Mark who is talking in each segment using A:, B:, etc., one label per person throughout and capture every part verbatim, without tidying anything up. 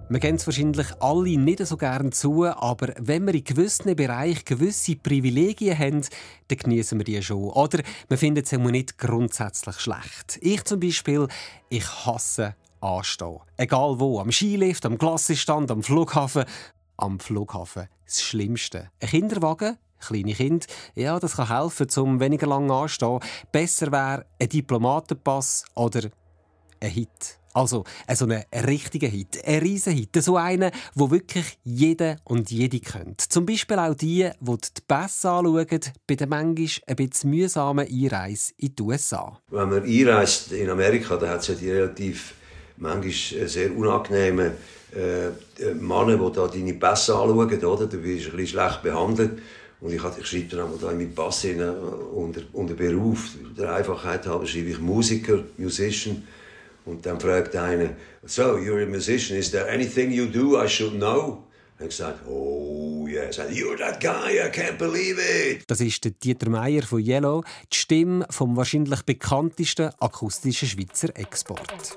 A: Wir kennen es wahrscheinlich alle nicht so gerne zu, aber wenn wir in gewissen Bereichen gewisse Privilegien haben, dann genießen wir die schon. Oder wir finden es nicht grundsätzlich schlecht. Ich zum Beispiel, ich hasse Anstehen. Egal wo, am Skilift, am Glassestand, am Flughafen. Am Flughafen das Schlimmste. Ein Kinderwagen, kleine Kinder, ja, das kann helfen, um weniger lang anzustehen. Besser wäre ein Diplomatenpass oder ein Hit. Also so einen richtigen Hit, ein Riesenhit, so einen, wo wirklich jeder und jede kennt. Zum Beispiel auch die, die die Pässe anschauen, bei der manchmal ein bisschen mühsamen Einreise in die U S A.
B: Wenn man einreist in Amerika, da hat es ja die relativ manchmal sehr unangenehmen äh, Männer, die da deine Pässe anschauen, oder? Du wirst ein bisschen schlecht behandelt. Und ich, ich schreibe dann auch in meinen Pass unter, unter Beruf. Der Einfachheit halber schreibe ich Musiker, Musician. Und dann fragt einer, so, you're a musician, is there anything you do I should know? Und ich gesagt, oh yes, you're that guy, I can't believe it.
A: Das ist der Dieter Meier von Yellow, die Stimme vom wahrscheinlich bekanntesten akustischen Schweizer Export.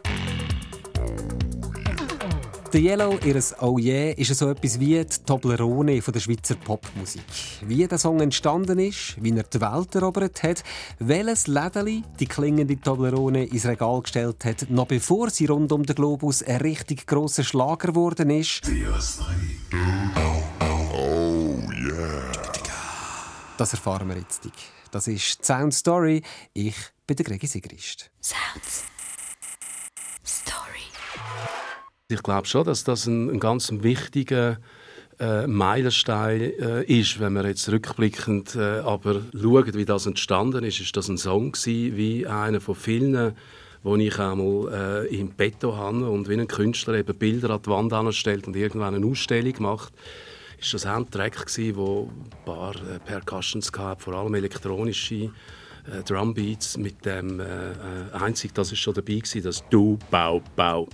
A: Der Yellow, ihr «Oh yeah», ist so etwas wie die Toblerone der Schweizer Popmusik. Wie der Song entstanden ist, wie er die Welt erobert hat, welches Lädeli die klingende Toblerone ins Regal gestellt hat, noch bevor sie rund um den Globus ein richtig grosser Schlager geworden ist.
C: Oh yeah.
A: Das erfahren wir jetzt. Das ist die Sound Story. Ich bin der Gregi Sigrist.
D: Sounds Story.
E: Ich glaube schon, dass das ein, ein ganz wichtiger äh, Meilenstein äh, ist, wenn wir jetzt rückblickend äh, aber schauen, wie das entstanden ist. Ist das ein Song gewesen, wie einer von vielen, den ich einmal äh, im Petto habe und wie ein Künstler eben Bilder an die Wand anstellt und irgendwann eine Ausstellung macht. Ist das auch ein Track gewesen, wo ein paar äh, Percussions gab, vor allem elektronische äh, Drumbeats mit dem äh, äh, einzig, das ist schon dabei gewesen, das Du Bau Bau.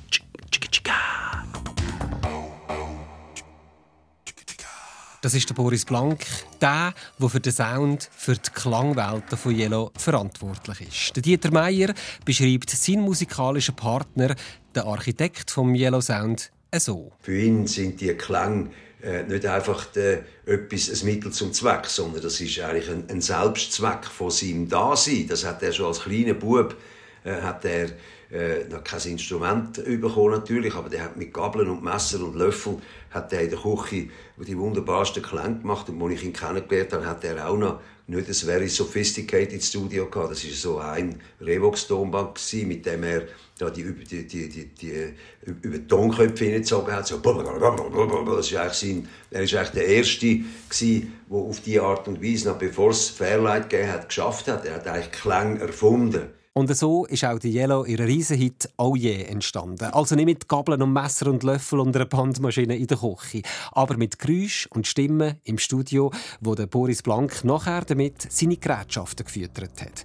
A: Das ist der Boris Blank, der, der für den Sound, für die Klangwelten von Yellow verantwortlich ist. Der Dieter Meier beschreibt seinen musikalischen Partner, den Architekt vom Yellow Sound, so.
B: Für ihn sind die Klänge äh, nicht einfach de, etwas, ein Mittel zum Zweck, sondern das ist eigentlich ein, ein Selbstzweck von seinem Dasein. Das hat er schon als kleiner Bub äh, hat er äh, noch kein Instrument bekommen natürlich, aber der hat mit Gabeln und Messer und Löffel hat er in der Küche die wunderbarsten Klänge gemacht. Und als ich ihn kennengelernt habe, hat er auch noch nicht ein very sophisticated Studio gehabt. Das war so ein Revox-Tonband, mit dem er da die, die, die, die, die, über die Tonköpfe hineingezogen hat. So, das ist eigentlich sein, er war eigentlich der Erste, der auf diese Art und Weise, noch bevor es Fairlight gegeben hat, geschafft hat. Er hat eigentlich Klänge erfunden.
A: Und so ist auch die Yellow ihr Riesenhit «Oh yeah» entstanden. Also nicht mit Gabeln und Messer und Löffel und einer Bandmaschine in der Küche, aber mit Geräusch und Stimmen im Studio, wo der Boris Blank nachher damit seine Gerätschaften gefüttert hat.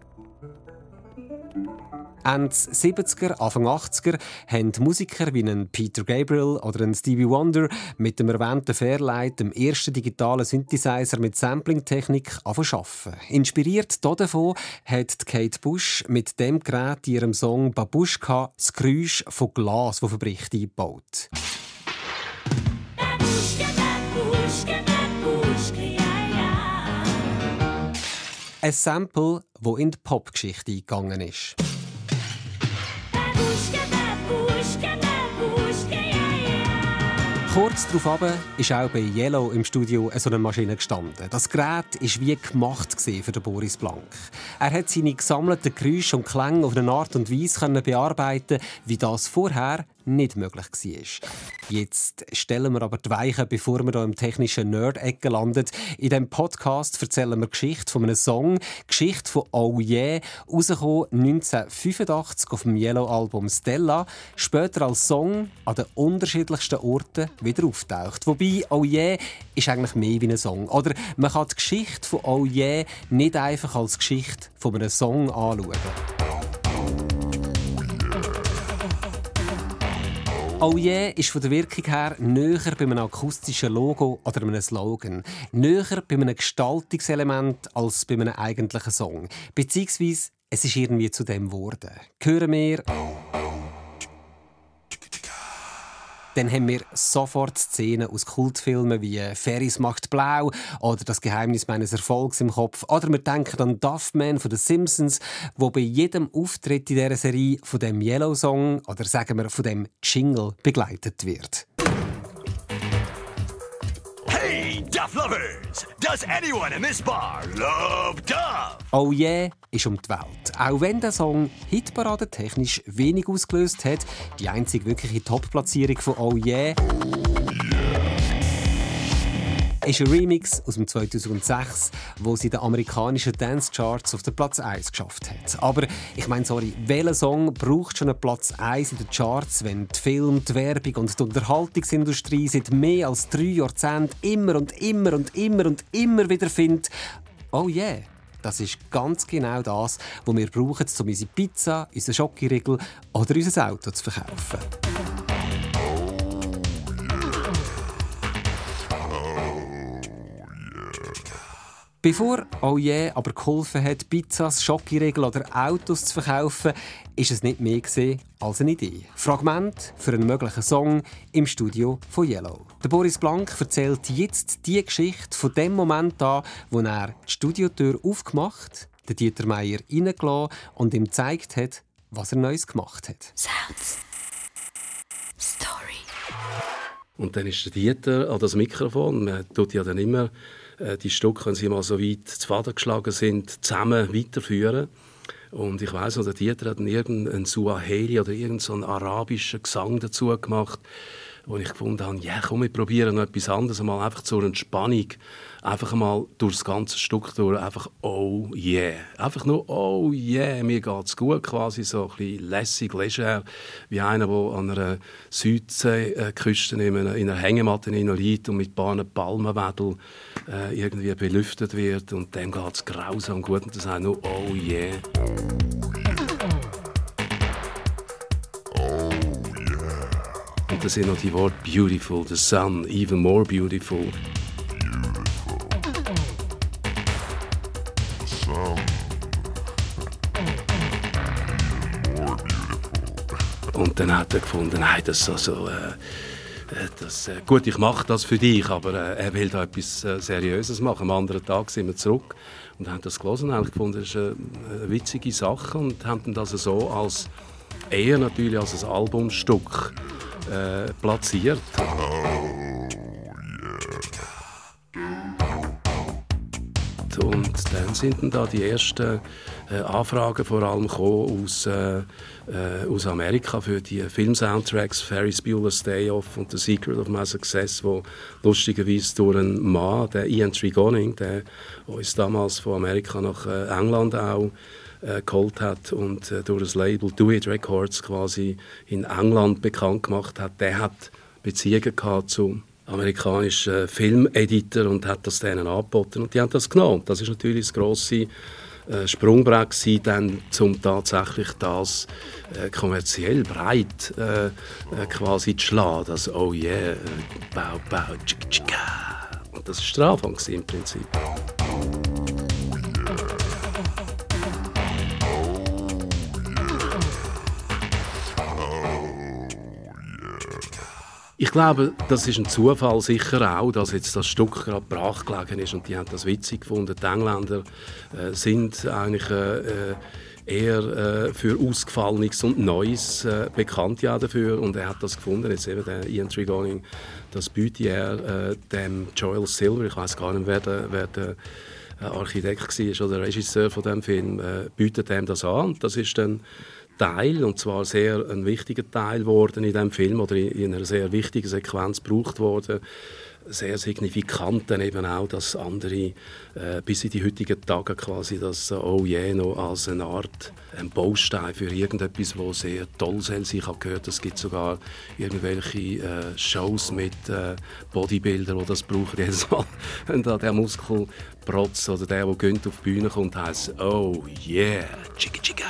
A: Ende siebziger, Anfang achtziger haben Musiker wie ein Peter Gabriel oder ein Stevie Wonder mit dem erwähnten Fairlight, dem ersten digitalen Synthesizer mit Sampling-Technik, angefangen zu arbeiten. Inspiriert davon hat Kate Bush mit dem Gerät in ihrem Song «Babuschka» das Geräusch von Glas, das verbricht, eingebaut.
D: Babuschka, Babuschka, Babuschka, ja, ja.
A: Ein Sample, das in die Popgeschichte eingegangen ist. Kurz darauf ist auch bei Yellow im Studio so eine Maschine gestanden. Das Gerät war wie gemacht für den Boris Blank. Er hat seine gesammelten Geräusche und Klänge auf eine Art und Weise bearbeiten, wie das vorher nicht möglich war. Jetzt stellen wir aber die Weichen, bevor wir hier im technischen Nerd-Ecke landen. In diesem Podcast erzählen wir die Geschichte von einem Song, die Geschichte von «Oh yeah», rausgekommen neunzehnhundertfünfundachtzig auf dem Yellow-Album «Stella», später als Song an den unterschiedlichsten Orten wieder auftaucht. Wobei «Oh yeah» ist eigentlich mehr wie ein Song. Oder man kann die Geschichte von «Oh yeah» nicht einfach als Geschichte von einem Song anschauen. «Oh yeah» ist von der Wirkung her näher bei einem akustischen Logo oder einem Slogan. Näher bei einem Gestaltungselement als bei einem eigentlichen Song. Beziehungsweise es ist irgendwie zu dem geworden. Hören wir dann haben wir sofort Szenen aus Kultfilmen wie «Ferris macht blau» oder «Das Geheimnis meines Erfolgs» im Kopf. Oder wir denken an Duffman von den Simpsons, wo bei jedem Auftritt in dieser Serie von dem Yellow Song oder sagen wir von dem Jingle begleitet wird.
F: Hey, Duff Lovers! Does anyone in this bar love Duff?
A: «Oh yeah» ist um die Welt. Auch wenn der Song hitparadentechnisch wenig ausgelöst hat, die einzige wirkliche Top-Platzierung von «Oh yeah» ist ein Remix aus dem zweitausendsechs, wo sie den amerikanischen Dance-Charts auf den Platz eins geschafft hat. Aber ich meine, sorry, welcher Song braucht schon einen Platz eins in den Charts, wenn die Film, die Werbung und die Unterhaltungsindustrie seit mehr als drei Jahrzehnten immer und immer und immer und immer wieder findet, «Oh yeah». Das ist ganz genau das, was wir brauchen, um unsere Pizza, unseren Schokoriegel oder unser Auto zu verkaufen. Bevor «Oh yeah» aber geholfen hat, Pizzas, Schokoriegel oder Autos zu verkaufen, ist es nicht mehr gesehen als eine Idee. Fragment für einen möglichen Song im Studio von Yellow. Der Boris Blank erzählt jetzt die Geschichte von dem Moment an, wo er die Studiotür aufgemacht, den Dieter Meier reingelassen und ihm gezeigt hat, was er Neues gemacht hat.
D: Sounds. Story.
E: Und dann ist der Dieter an das Mikrofon. Man tut ja dann immer äh, die Stücke, wenn sie mal so weit zu Faden geschlagen sind, zusammen weiterführen. Und ich weiss noch, der Dieter hat irgendeinen Suaheli oder irgendeinen arabischen Gesang dazu gemacht, wo ich gefunden habe, ja, komm, wir probieren noch etwas anderes, mal einfach zur Entspannung, einfach mal durch das ganze Stück durch, einfach «Oh yeah». Einfach nur «Oh yeah», mir geht's gut, quasi so ein bisschen lässig, leger, wie einer, der an einer Südseeküste in einer, in einer Hängematte liegt und mit ein paar Palmenwedeln äh, irgendwie belüftet wird und dem geht's grausam gut und das heißt nur «Oh yeah». Und das sind noch die Worte «beautiful», «the sun», «even more beautiful». Und dann hat er gefunden, nein, das so, so äh, das, äh, gut, ich mache das für dich, aber äh, er will da etwas äh, Seriöses machen. Am anderen Tag sind wir zurück und haben das gelesen und haben gefunden, das ist eine, eine witzige Sache und haben das so als eher natürlich als ein Albumstück äh, platziert. Und dann sind dann da die ersten äh, Anfragen vor allem gekommen aus, äh, äh, aus Amerika für die Filmsoundtracks «Ferris Bueller's Day Off» und «The Secret of My Success», wo lustigerweise durch einen Mann, der Ian Tregoning, der uns damals von Amerika nach äh, England auch äh, geholt hat und äh, durch das Label «Do It Records» quasi in England bekannt gemacht hat, der hat Beziehungen gehabt zu amerikanischen Filmeditor und hat das denen angeboten und die haben das genommen. Das ist natürlich das grosse äh, Sprungbrett gewesen, dann, um tatsächlich das äh, kommerziell breit äh, äh, quasi zu schlagen. Das «Oh yeah», äh, «Bau, bau, tschika, tschika». Und das war der Anfang im Prinzip. Ich glaube, das ist ein Zufall sicher auch, dass jetzt das Stück gerade brach gelegen ist und die haben das witzig gefunden. Die Engländer äh, sind eigentlich äh, eher äh, für Ausgefallenes und Neues äh, bekannt ja dafür und er hat das gefunden. Jetzt eben der Ian Tregoning, das bietet er äh, dem Joel Silver, ich weiß gar nicht, wer der, wer der Architekt war oder der Regisseur von dem Film, äh, bietet ihm das an und das ist dann Teil, und zwar sehr ein wichtiger Teil geworden in diesem Film oder in einer sehr wichtigen Sequenz gebraucht worden. Sehr signifikant dann eben auch, dass andere äh, bis in die heutigen Tage quasi das «Oh yeah» noch als eine Art ein Baustein für irgendetwas, was sehr toll sein kann. Ich habe gehört, es gibt sogar irgendwelche äh, Shows mit äh, Bodybuildern, die das brauchen. Jedes Mal, wenn da der Muskelprotz oder der, der gönnt auf die Bühne kommt, heisst «Oh yeah, chicka chicka».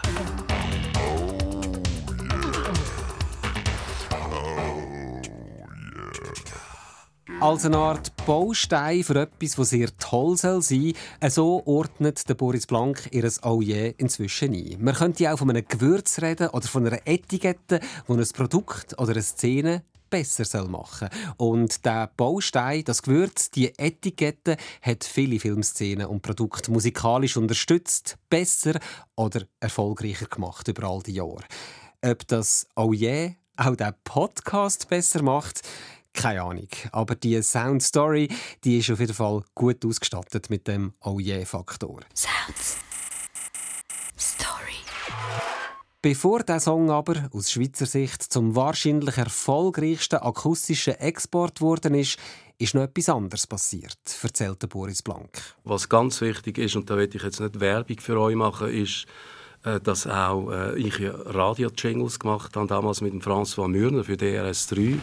A: Als eine Art Baustein für etwas, das sehr toll sein soll, so ordnet der Boris Blank ihr «Oh yeah» inzwischen ein. Man könnte auch von einem Gewürz reden oder von einer Etikette, wo ein Produkt oder eine Szene besser machen soll. Und der Baustein, das Gewürz, die Etikette, hat viele Filmszenen und Produkte musikalisch unterstützt, besser oder erfolgreicher gemacht über all die Jahre. Ob das «Oh yeah» auch den Podcast besser macht, keine Ahnung. Aber die Sound Story, die ist auf jeden Fall gut ausgestattet mit dem «Oh yeah»-Faktor.
D: Sounds Story.
A: Bevor der Song aber aus Schweizer Sicht zum wahrscheinlich erfolgreichsten akustischen Export geworden ist, ist noch etwas anderes passiert, erzählt Boris Blank.
E: Was ganz wichtig ist, und da will ich jetzt nicht Werbung für euch machen, ist, dass auch äh, ich ja Radio-Jingles gemacht habe, damals mit dem François Mürner für D R S drei.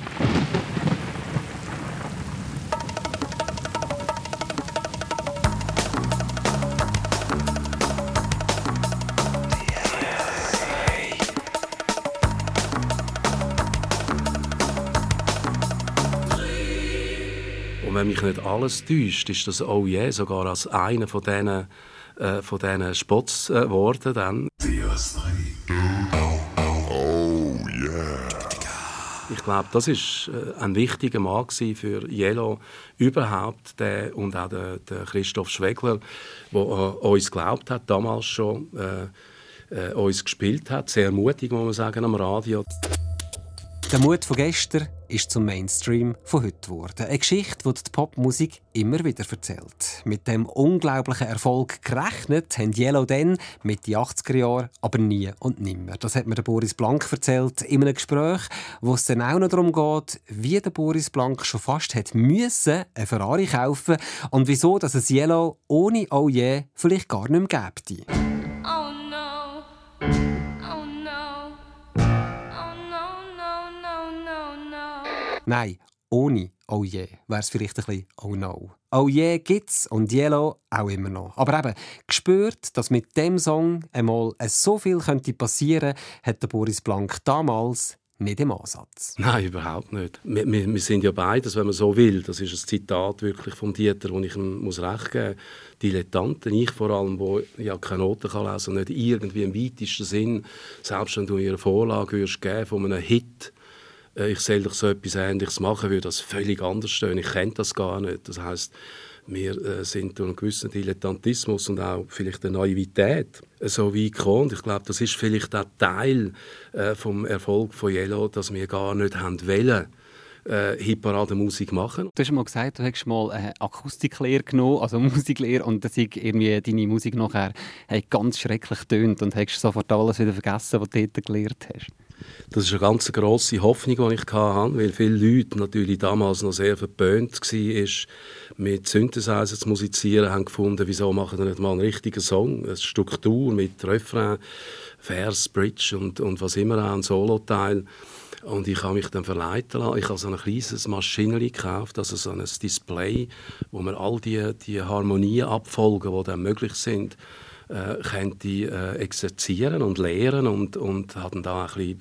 E: Und wenn mich nicht alles täuscht, ist das «Oh yeah» sogar als einer von diesen, äh, von diesen Spots geworden. Äh, dann.
C: Oh yeah.
E: Ich glaube, das war äh, ein wichtiger Mann für Yellow überhaupt, der, und auch der, der Christoph Schwegler, der äh, uns geglaubt hat, damals schon äh, äh, uns gespielt hat. Sehr mutig, muss man sagen, am Radio.
A: Der Mut von gestern ist zum Mainstream von heute geworden. Eine Geschichte, die die Popmusik immer wieder erzählt. Mit dem unglaublichen Erfolg gerechnet haben Yellow dann, Mitte achtziger Jahre, aber nie und nimmer. Das hat mir der Boris Blank erzählt in einem Gespräch, wo es dann auch noch darum geht, wie der Boris Blank schon fast hat müssen eine Ferrari kaufen und wieso dass es Yellow ohne «Oh yeah» vielleicht gar nicht mehr gäbe.
G: Oh no. Oh no.
A: Nein, ohne «Oh yeah» wäre es vielleicht ein bisschen «Oh no». «Oh yeah» gibt's und Yellow auch immer noch. Aber eben, gespürt, dass mit dem Song einmal so viel könnte passieren, hat der Boris Blank damals nicht im Ansatz.
E: Nein, überhaupt nicht. Wir, wir, wir sind ja beides, wenn man so will. Das ist ein Zitat wirklich vom Dieter, das ich ihm muss recht geben muss. Dilettanten, ich vor allem, der ja keine Noten kann lesen kann, nicht irgendwie im weitesten Sinn, selbst wenn du ihr eine Vorlage würdest geben von einem Hit, ich soll doch so etwas Ähnliches machen, würde das völlig anders stehen. Ich kenne das gar nicht. Das heisst, wir äh, sind durch einen gewissen Dilettantismus und auch vielleicht eine Naivität so weit gekommen. Und ich glaube, das ist vielleicht auch Teil äh, vom Erfolg von Yellow, dass wir gar nicht haben wollen, äh, Hitparadenmusik machen.
H: Du hast mal gesagt, du hast mal eine Akustiklehre genommen, also Musiklehre, und dass irgendwie deine Musik nachher ganz schrecklich tönt und hast sofort alles wieder vergessen, was du dort gelernt hast.
E: Das ist eine ganz grosse Hoffnung, die ich hatte, weil viele Leute natürlich damals noch sehr verpönt waren, mit Synthesizer zu musizieren, haben gefunden, wieso machen wir nicht mal einen richtigen Song, eine Struktur mit Refrain, Vers, Bridge und, und was immer, auch ein Soloteil. Und ich habe mich dann verleiten lassen. Ich habe so ein kleines Maschinchen gekauft, also so ein Display, wo man all die, die Harmonien abfolgen, die dann möglich sind, Äh, könnte äh, exerzieren und lehren und, und habe da ein bisschen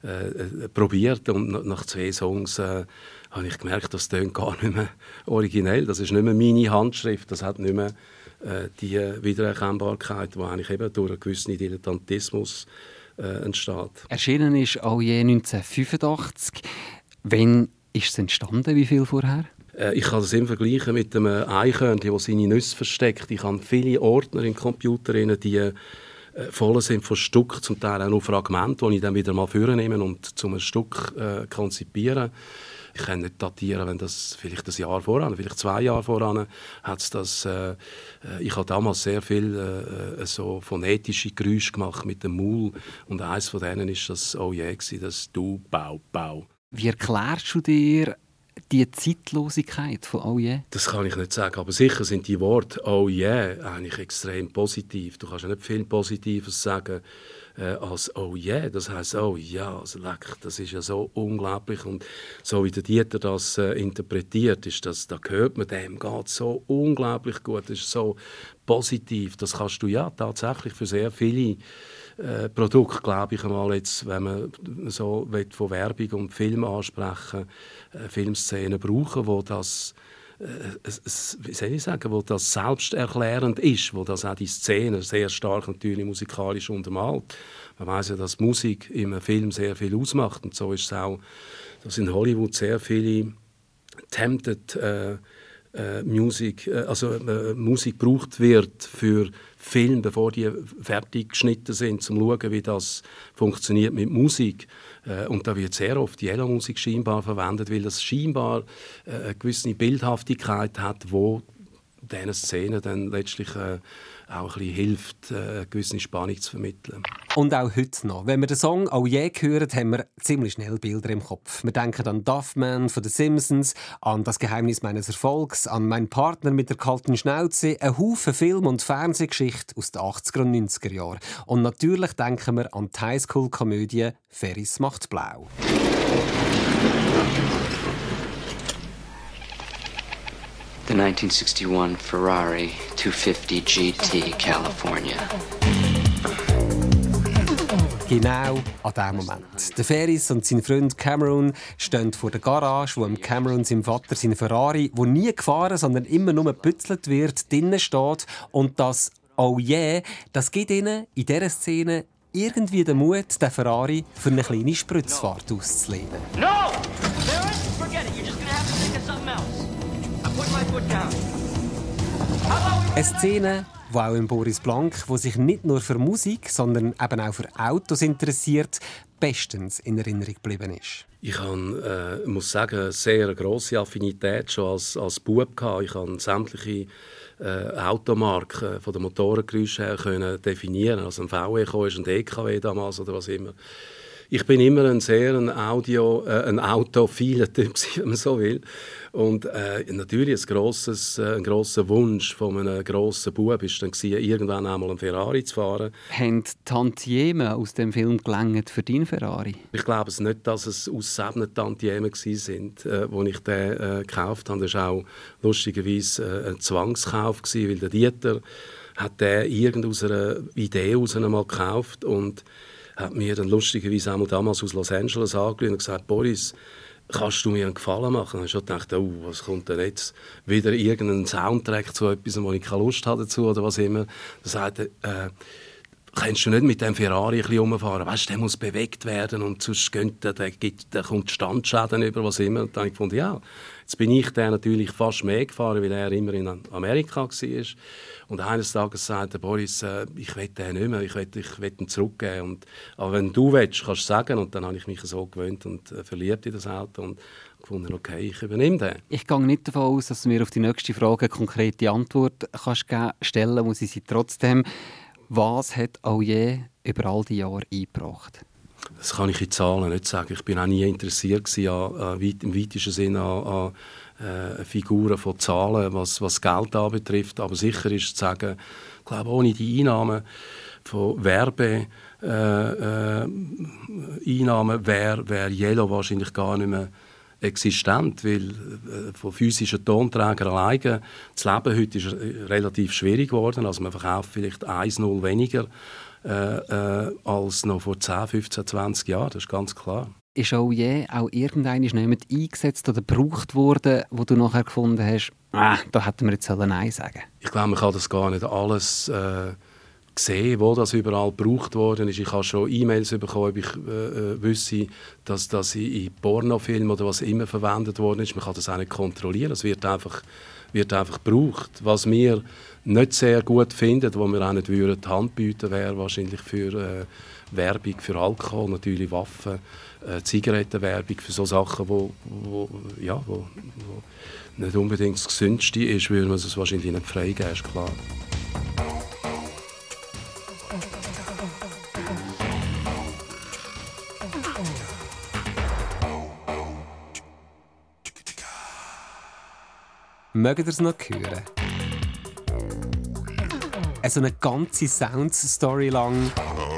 E: äh, probiert und nach zwei Songs äh, habe ich gemerkt, das klingt gar nicht mehr originell, das ist nicht mehr meine Handschrift, das hat nicht mehr äh, die Wiedererkennbarkeit, die eigentlich eben durch einen gewissen Dilettantismus äh, entsteht.
H: Erschienen ist «Oh yeah» neunzehnhundertfünfundachtzig. Wann ist es entstanden, wie viel vorher?
E: Ich kann das im Vergleichen mit einem Eichhörnchen, das seine Nüsse versteckt. Ich habe viele Ordner im Computer, die äh, voll sind von Stück, zum Teil auch noch Fragmente, die ich dann wieder mal vornehme und zum Stück äh, konzipieren. Ich kann nicht datieren, wenn das vielleicht ein Jahr voran, vielleicht zwei Jahre voran, hat's das. Äh, ich habe damals sehr viel äh, so phonetische Geräusche gemacht mit dem Maul und eines von denen ist das «Oh yeah», das «Du, Bau, Bau».
H: Wie erklärst du dir die Zeitlosigkeit von «Oh yeah»?
E: Das kann ich nicht sagen, aber sicher sind die Worte «Oh yeah» eigentlich extrem positiv. Du kannst ja nicht viel Positives sagen äh, als «Oh yeah». Das heisst «Oh ja, also leck, das ist ja so unglaublich». Und so wie der Dieter das äh, interpretiert, ist das, da hört man dem, geht so unglaublich gut, das ist so positiv. Das kannst du ja tatsächlich für sehr viele Äh, Produkt, glaube ich einmal, jetzt, wenn man so von Werbung und Film ansprechen, äh, Filmszenen brauchen, wo das, äh, es, wie soll ich sagen, wo das selbsterklärend ist, wo das auch die Szene sehr stark natürlich musikalisch untermalt. Man weiss ja, dass Musik im Film sehr viel ausmacht und so ist es auch dass in Hollywood sehr viele attempted äh, äh, Musik, äh, also äh, Musik gebraucht wird für Filme, bevor die fertig geschnitten sind, um zu schauen, wie das funktioniert mit Musik. Äh, und da wird sehr oft Yellow-Musik scheinbar verwendet, weil das scheinbar äh, eine gewisse Bildhaftigkeit hat, wo diesen Szenen dann letztlich äh, auch ein bisschen hilft, äh, eine gewisse Spannung zu vermitteln.
A: Und auch heute noch. Wenn wir den Song «Oh yeah» hören, haben wir ziemlich schnell Bilder im Kopf. Wir denken an Duffman von den Simpsons, an «Das Geheimnis meines Erfolgs», an «Mein Partner mit der kalten Schnauze», einen Haufen Film- und Fernsehgeschichte aus den achtziger und neunziger Jahren. Und natürlich denken wir an die Highschool-Komödie «Ferris macht blau».
I: The nineteen sixty-one Ferrari two fifty G T California.
A: Genau an diesem Moment. Der Ferris und sein Freund Cameron stehen vor der Garage, wo Cameron seinem Vater sein Ferrari, wo nie gefahren, sondern immer nur gebützelt wird, drinnen steht. Und das «Oh yeah», das gibt ihnen in dieser Szene irgendwie den Mut, den Ferrari für eine kleine Spritzfahrt auszulehnen.
F: No! Ferris, forget it. You're just gonna have to think of something else. I put my foot down.
A: Eine Szene, die auch in Boris Blank, der sich nicht nur für Musik, sondern eben auch für Autos interessiert, bestens in Erinnerung geblieben ist.
E: Ich habe, äh, muss sagen, eine sehr grosse Affinität schon als, als Bub gehabt. Ich habe sämtliche äh, Automarken von den Motorengeräuschen her können definieren. Also ein V W ist ein D K W damals oder was immer. Ich bin immer ein sehr ein Audio, äh, ein autophiler Typ, wenn man so will. Und äh, natürlich ein grosses, äh, ein grosser Wunsch von einem grossen Bub war dann gewesen, irgendwann einmal einen Ferrari zu fahren.
H: Haben die Tantiemen aus dem Film gelangt für deinen Ferrari?
E: Ich glaube es nicht, dass es aus sieben Tantiemen waren, äh, als ich den äh, gekauft habe. Das war auch lustigerweise äh, ein Zwangskauf gewesen, weil der Dieter hat den irgend aus einer Idee heraus einmal gekauft und hat mir dann lustigerweise einmal damals aus Los Angeles angerufen und gesagt, Boris, kannst du mir einen Gefallen machen? Und ich habe gedacht, oh, was kommt denn jetzt? Wieder irgendein Soundtrack zu etwas, wo ich keine Lust habe dazu oder was immer. Da sagte er, äh, kannst du nicht mit dem Ferrari ein bisschen rumfahren? Weißt, der muss bewegt werden und sonst geht der, der, gibt, der kommt Standschäden über, was immer. Und dann habe ich gefunden, ja, jetzt bin ich der natürlich fast mehr gefahren, weil er immer in Amerika war. Und eines Tages sagte Boris, äh, ich will den nicht mehr, ich will, ich will ihn zurückgeben. Und, aber wenn du willst, kannst du sagen. Und dann habe ich mich so gewöhnt und äh, verliebt in das Auto und gefunden, okay, ich übernehme den.
H: Ich gehe nicht davon aus, dass du mir auf die nächste Frage eine konkrete Antwort kannst geben. Stellen muss ich sie trotzdem. Was hat «Oh yeah» über all die Jahre eingebracht?
E: Das kann ich in Zahlen nicht sagen. Ich bin auch nie interessiert gewesen an, an, im weitesten Sinne an, an äh, Figuren von Zahlen, was, was Geld anbetrifft. Aber sicher ist zu sagen, ich glaube, ohne die Einnahmen von Werbe, äh, äh, Einnahmen wäre wär Yellow wahrscheinlich gar nicht mehr existent, weil äh, von physischen Tonträgern alleine das Leben heute ist relativ schwierig geworden. Also man verkauft vielleicht eins null weniger äh, äh, als noch vor zehn, fünfzehn, zwanzig Jahren, das ist ganz klar.
H: Ist «Oh yeah» auch irgendwann jemand eingesetzt oder gebraucht worden, wo du nachher gefunden hast, ah, da hätten wir jetzt Nein sagen sollen?
E: Ich glaube, man kann das gar nicht alles äh, gesehen, wo das überall gebraucht worden ist. Ich habe schon E-Mails bekommen, ob ich äh, wüsste, dass das in Pornofilmen oder was immer verwendet worden ist. Man kann das auch nicht kontrollieren. Es wird einfach, wird einfach gebraucht. Was wir nicht sehr gut finden, wo wir auch nicht würden, die Hand bieten, wäre wahrscheinlich für äh, Werbung für Alkohol, natürlich Waffen, äh, Zigarettenwerbung, für so Sachen, wo, wo, ja, wo, wo nicht unbedingt das Gesündeste ist, würde man es wahrscheinlich nicht freigeben, ist klar.
A: Mögt ihr es noch hören? Also eine ganze Sound-Story lang.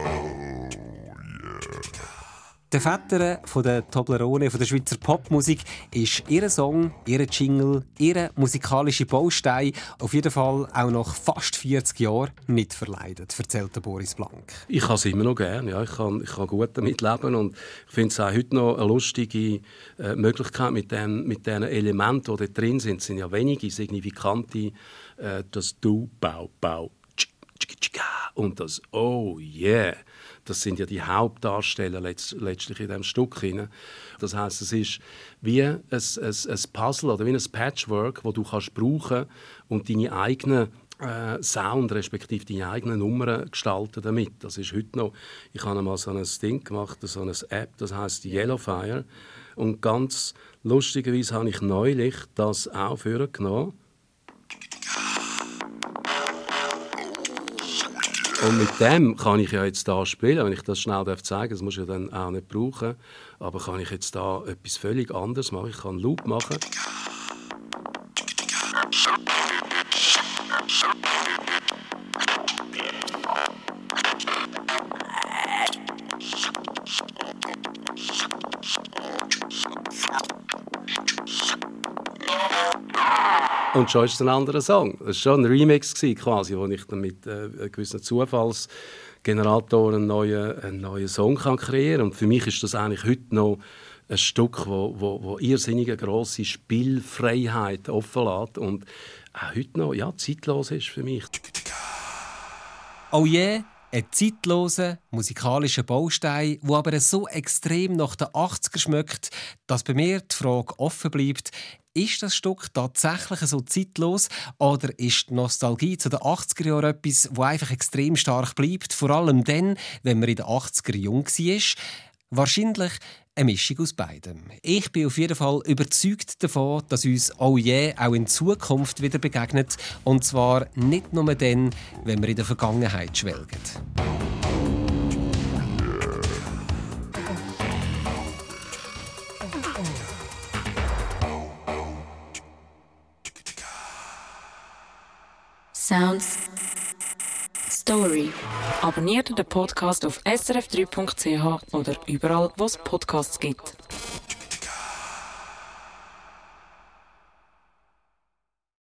A: Der Vetter von der Toblerone, von der Schweizer Popmusik, ist ihr Song, ihr Jingle, ihr musikalischer Baustein auf jeden Fall auch nach fast vierzig Jahren nicht verleidet, erzählt Boris Blank.
E: Ich habe es immer noch gerne, ja. ich, kann, ich kann gut damit leben und ich finde es auch heute noch eine lustige äh, Möglichkeit mit den mit den Elementen, die da drin sind. Es sind ja wenige signifikante, äh, das Du, Bau, Bau, und das Oh yeah. Das sind ja die Hauptdarsteller letzt, letztlich in diesem Stück. Das heisst, es ist wie ein, ein, ein Puzzle oder wie ein Patchwork, das du kannst brauchen und deine eigenen äh, Sound respektive deine eigenen Nummern gestalten damit. Das ist heute noch. Ich habe einmal so ein Ding gemacht, so eine App, das heisst Yellowfire. Und ganz lustigerweise habe ich neulich das auch vorgenommen. Und mit dem kann ich ja jetzt da spielen, wenn ich das schnell zeigen darf, das muss ich ja dann auch nicht brauchen, aber kann ich jetzt da etwas völlig anderes machen. Ich kann einen Loop machen. Und schon ist es ein anderer Song. Das war schon ein Remix, quasi, wo ich dann mit äh, gewissen Zufallsgeneratoren einen neuen, einen neuen Song kann kreieren kann. Und für mich ist das eigentlich heute noch ein Stück, wo, wo, wo irrsinnige grosse Spielfreiheit offenlässt und auch heute noch ja, zeitlos ist für mich.
A: Oh yeah, ein zeitloser musikalischer Baustein, der aber so extrem nach den achtziger schmeckt, dass bei mir die Frage offen bleibt, ist das Stück tatsächlich so zeitlos oder ist die Nostalgie zu den achtziger Jahren etwas, das einfach extrem stark bleibt, vor allem dann, wenn man in den achtziger jung war? Wahrscheinlich eine Mischung aus beidem. Ich bin auf jeden Fall überzeugt davon, dass uns «Oh yeah» auch in Zukunft wieder begegnet. Und zwar nicht nur dann, wenn wir in der Vergangenheit schwelgen.
D: Sounds Story. Abonniert den Podcast auf s r f drei punkt c h oder überall, wo es Podcasts gibt.